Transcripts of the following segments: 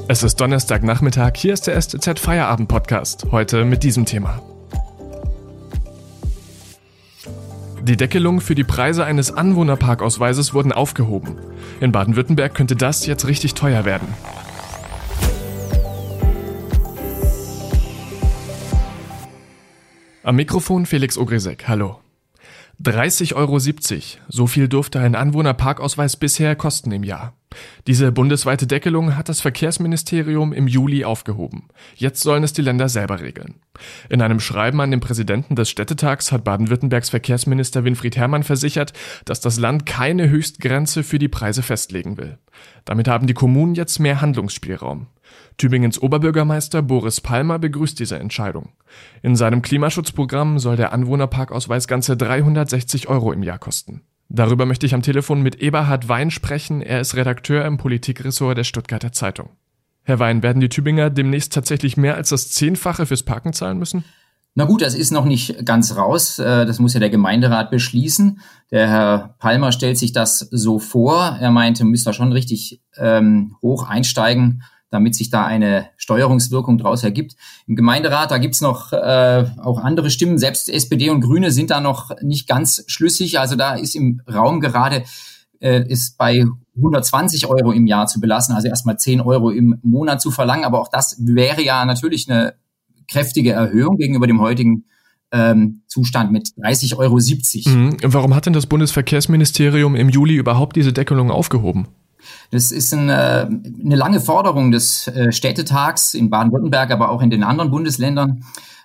Es ist Donnerstagnachmittag, hier ist der STZ Feierabend Podcast, heute mit diesem Thema. Die Deckelung für die Preise eines Anwohnerparkausweises wurden aufgehoben. In Baden-Württemberg könnte das jetzt richtig teuer werden. Am Mikrofon Felix Ogrisek, hallo. 30,70 Euro, so viel durfte ein Anwohnerparkausweis bisher kosten im Jahr. Diese bundesweite Deckelung hat das Verkehrsministerium im Juli aufgehoben. Jetzt sollen es die Länder selber regeln. In einem Schreiben an den Präsidenten des Städtetags hat Baden-Württembergs Verkehrsminister Winfried Herrmann versichert, dass das Land keine Höchstgrenze für die Preise festlegen will. Damit haben die Kommunen jetzt mehr Handlungsspielraum. Tübingens Oberbürgermeister Boris Palmer begrüßt diese Entscheidung. In seinem Klimaschutzprogramm soll der Anwohnerparkausweis ganze 360 Euro im Jahr kosten. Darüber möchte ich am Telefon mit Eberhard Wein sprechen. Er ist Redakteur im Politikressort der Stuttgarter Zeitung. Herr Wein, werden die Tübinger demnächst tatsächlich mehr als das 10-fache fürs Parken zahlen müssen? Na gut, das ist noch nicht ganz raus. Das muss ja der Gemeinderat beschließen. Der Herr Palmer stellt sich das so vor. Er meinte, müsste da schon richtig hoch einsteigen, damit sich da eine Steuerungswirkung draus ergibt. Im Gemeinderat, da gibt's noch auch andere Stimmen. Selbst SPD und Grüne sind da noch nicht ganz schlüssig. Also da ist im Raum gerade, ist bei 120 Euro im Jahr zu belassen, also erstmal 10 Euro im Monat zu verlangen. Aber auch das wäre ja natürlich eine kräftige Erhöhung gegenüber dem heutigen Zustand mit 30,70 Euro. Warum hat denn das Bundesverkehrsministerium im Juli überhaupt diese Deckelung aufgehoben? Das ist eine lange Forderung des Städtetags in Baden-Württemberg, aber auch in den anderen Bundesländern.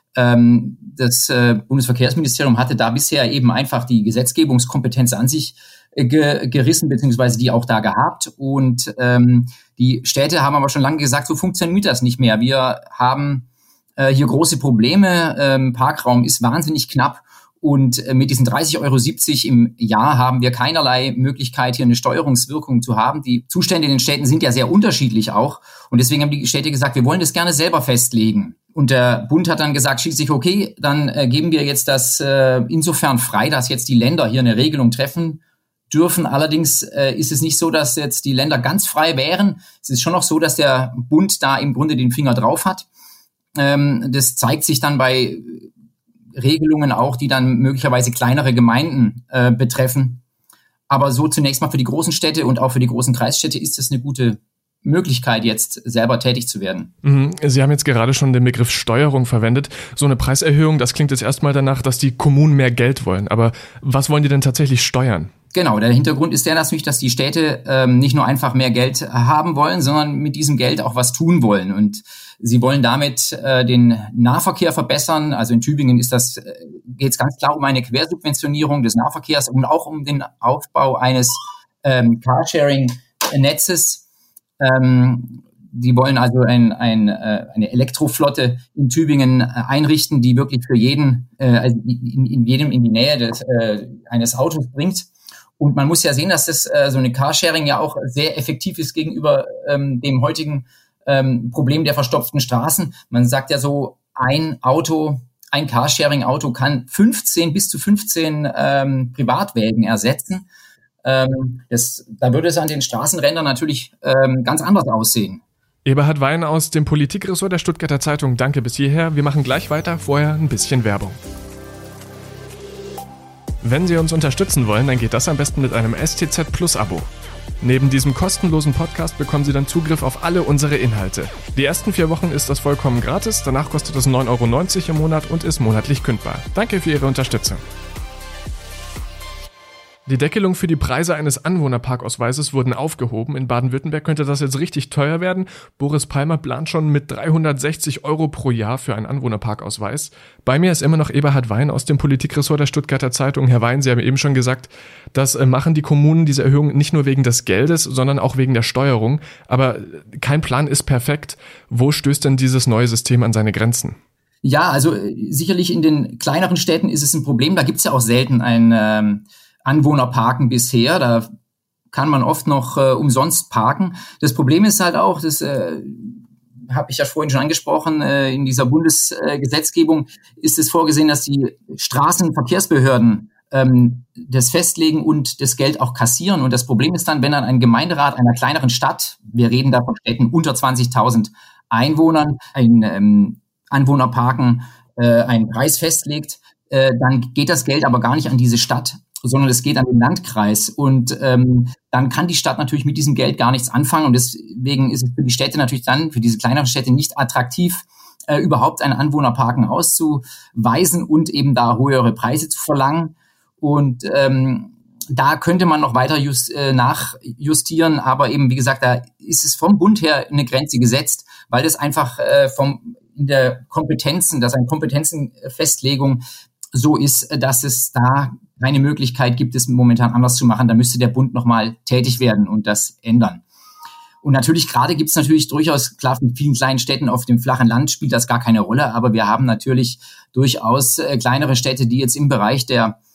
Das Bundesverkehrsministerium hatte da bisher eben einfach die Gesetzgebungskompetenz an sich gerissen, beziehungsweise die auch da gehabt. Und die Städte haben aber schon lange gesagt, so funktioniert das nicht mehr. Wir haben hier große Probleme. Parkraum ist wahnsinnig knapp. Und mit diesen 30,70 Euro im Jahr haben wir keinerlei Möglichkeit, hier eine Steuerungswirkung zu haben. Die Zustände in den Städten sind ja sehr unterschiedlich auch. Und deswegen haben die Städte gesagt, wir wollen das gerne selber festlegen. Und der Bund hat dann gesagt, schließlich okay, dann geben wir jetzt das insofern frei, dass jetzt die Länder hier eine Regelung treffen dürfen. Allerdings ist es nicht so, dass jetzt die Länder ganz frei wären. Es ist schon noch so, dass der Bund da im Grunde den Finger drauf hat. Das zeigt sich dann bei Regelungen auch, die dann möglicherweise kleinere Gemeinden betreffen. Aber so zunächst mal für die großen Städte und auch für die großen Kreisstädte ist es eine gute Möglichkeit, jetzt selber tätig zu werden. Sie haben jetzt gerade schon den Begriff Steuerung verwendet. So eine Preiserhöhung, das klingt jetzt erstmal danach, dass die Kommunen mehr Geld wollen. Aber was wollen die denn tatsächlich steuern? Genau, der Hintergrund ist der natürlich, dass die Städte nicht nur einfach mehr Geld haben wollen, sondern mit diesem Geld auch was tun wollen. Und sie wollen damit den Nahverkehr verbessern. Also in Tübingen geht es ganz klar um eine Quersubventionierung des Nahverkehrs und auch um den Aufbau eines Carsharing-Netzes. Die wollen also eine Elektroflotte in Tübingen einrichten, die wirklich für jeden in die Nähe eines Autos bringt. Und man muss ja sehen, dass das so eine Carsharing ja auch sehr effektiv ist gegenüber dem heutigen Problem der verstopften Straßen. Man sagt ja so, ein Carsharing-Auto kann bis zu 15 Privatwägen ersetzen. Da würde es an den Straßenrändern natürlich ganz anders aussehen. Eberhard Wein aus dem Politikressort der Stuttgarter Zeitung. Danke bis hierher. Wir machen gleich weiter. Vorher ein bisschen Werbung. Wenn Sie uns unterstützen wollen, dann geht das am besten mit einem STZ Plus Abo. Neben diesem kostenlosen Podcast bekommen Sie dann Zugriff auf alle unsere Inhalte. Die ersten 4 Wochen ist das vollkommen gratis, danach kostet es 9,90 Euro im Monat und ist monatlich kündbar. Danke für Ihre Unterstützung. Die Deckelung für die Preise eines Anwohnerparkausweises wurden aufgehoben. In Baden-Württemberg könnte das jetzt richtig teuer werden. Boris Palmer plant schon mit 360 Euro pro Jahr für einen Anwohnerparkausweis. Bei mir ist immer noch Eberhard Wein aus dem Politikressort der Stuttgarter Zeitung. Herr Wein, Sie haben eben schon gesagt, das machen die Kommunen, diese Erhöhung, nicht nur wegen des Geldes, sondern auch wegen der Steuerung. Aber kein Plan ist perfekt. Wo stößt denn dieses neue System an seine Grenzen? Ja, also sicherlich in den kleineren Städten ist es ein Problem. Da gibt es ja auch selten ein Anwohnerparken bisher. Da kann man oft noch umsonst parken. Das Problem ist halt auch, das habe ich ja vorhin schon angesprochen, in dieser Bundesgesetzgebung ist es vorgesehen, dass die Straßenverkehrsbehörden das festlegen und das Geld auch kassieren. Und das Problem ist dann, wenn dann ein Gemeinderat einer kleineren Stadt, wir reden da von Städten unter 20.000 Einwohnern, ein Anwohnerparken, einen Preis festlegt, dann geht das Geld aber gar nicht an diese Stadt, sondern es geht an den Landkreis. Und dann kann die Stadt natürlich mit diesem Geld gar nichts anfangen. Und deswegen ist es für die Städte natürlich dann, für diese kleineren Städte nicht attraktiv, überhaupt einen Anwohnerparken auszuweisen und eben da höhere Preise zu verlangen. Und da könnte man noch weiter nachjustieren, aber eben, wie gesagt, da ist es vom Bund her eine Grenze gesetzt, weil das einfach in der Kompetenzenfestlegung so ist, dass es da keine Möglichkeit gibt, es momentan anders zu machen. Da müsste der Bund nochmal tätig werden und das ändern. Und natürlich, gerade gibt es natürlich durchaus, klar, in vielen kleinen Städten auf dem flachen Land spielt das gar keine Rolle, aber wir haben natürlich durchaus kleinere Städte, die jetzt im Bereich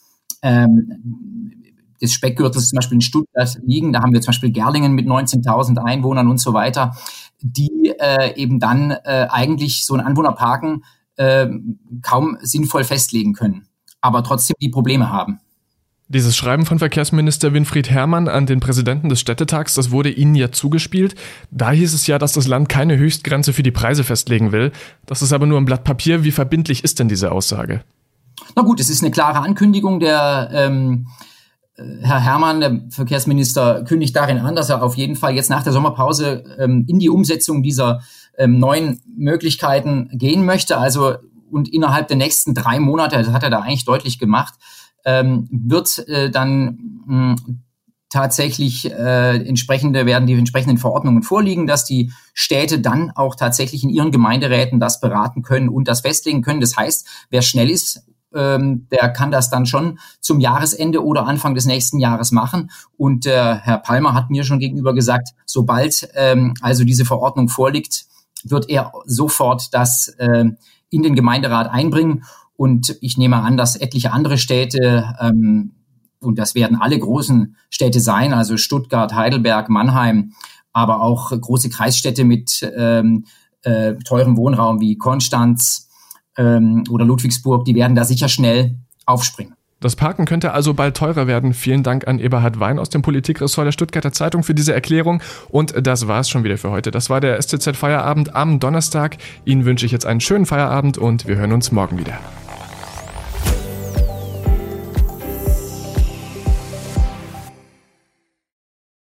des Speckgürtels zum Beispiel in Stuttgart liegen. Da haben wir zum Beispiel Gerlingen mit 19.000 Einwohnern und so weiter, die eben dann eigentlich so einen Anwohnerparken kaum sinnvoll festlegen können, aber trotzdem die Probleme haben. Dieses Schreiben von Verkehrsminister Winfried Herrmann an den Präsidenten des Städtetags, das wurde Ihnen ja zugespielt. Da hieß es ja, dass das Land keine Höchstgrenze für die Preise festlegen will. Das ist aber nur ein Blatt Papier. Wie verbindlich ist denn diese Aussage? Na gut, es ist eine klare Ankündigung. Der Herr Herrmann, der Verkehrsminister, kündigt darin an, dass er auf jeden Fall jetzt nach der Sommerpause in die Umsetzung dieser neuen Möglichkeiten gehen möchte. Also und innerhalb der nächsten 3 Monate, das hat er da eigentlich deutlich gemacht, wird dann tatsächlich werden die entsprechenden Verordnungen vorliegen, dass die Städte dann auch tatsächlich in ihren Gemeinderäten das beraten können und das festlegen können. Das heißt, wer schnell ist, der kann das dann schon zum Jahresende oder Anfang des nächsten Jahres machen. Und Herr Palmer hat mir schon gegenüber gesagt, sobald also diese Verordnung vorliegt, wird er sofort das in den Gemeinderat einbringen. Und ich nehme an, dass etliche andere Städte, und das werden alle großen Städte sein, also Stuttgart, Heidelberg, Mannheim, aber auch große Kreisstädte mit teurem Wohnraum wie Konstanz oder Ludwigsburg, die werden da sicher schnell aufspringen. Das Parken könnte also bald teurer werden. Vielen Dank an Eberhard Wein aus dem Politikressort der Stuttgarter Zeitung für diese Erklärung. Und das war's schon wieder für heute. Das war der STZ Feierabend am Donnerstag. Ihnen wünsche ich jetzt einen schönen Feierabend und wir hören uns morgen wieder.